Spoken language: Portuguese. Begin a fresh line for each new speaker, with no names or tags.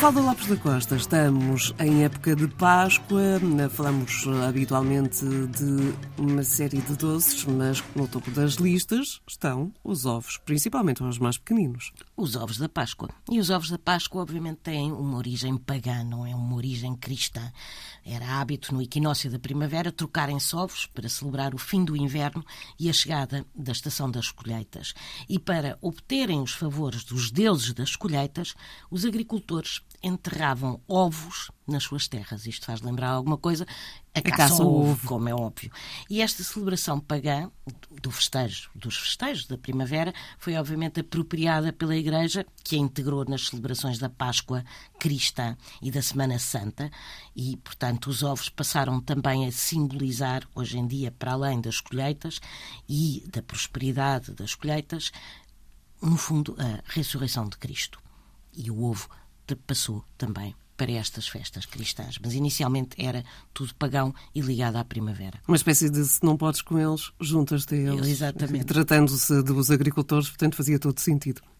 Mafalda Lopes da Costa, estamos em época de Páscoa, falamos habitualmente de uma série de doces, mas no topo das listas estão os ovos, principalmente os mais pequeninos.
Os ovos da Páscoa. E os ovos da Páscoa, obviamente, têm uma origem pagã, não é uma origem cristã. Era hábito no equinócio da primavera trocarem-se ovos para celebrar o fim do inverno e a chegada da estação das colheitas. E para obterem os favores dos deuses das colheitas, os agricultores enterravam ovos nas suas terras. Isto faz lembrar alguma coisa? A caça ao ovo, como é óbvio. E esta celebração pagã dos festejos da primavera foi obviamente apropriada pela Igreja, que a integrou nas celebrações da Páscoa cristã e da Semana Santa, e, portanto, os ovos passaram também a simbolizar, hoje em dia, para além das colheitas e da prosperidade das colheitas, no fundo, a ressurreição de Cristo. E o ovo passou também para estas festas cristãs. Mas inicialmente era tudo pagão e ligado à primavera.
Uma espécie de se não podes com eles, juntas-te a eles.
Exatamente.
Tratando-se dos agricultores, portanto fazia todo sentido.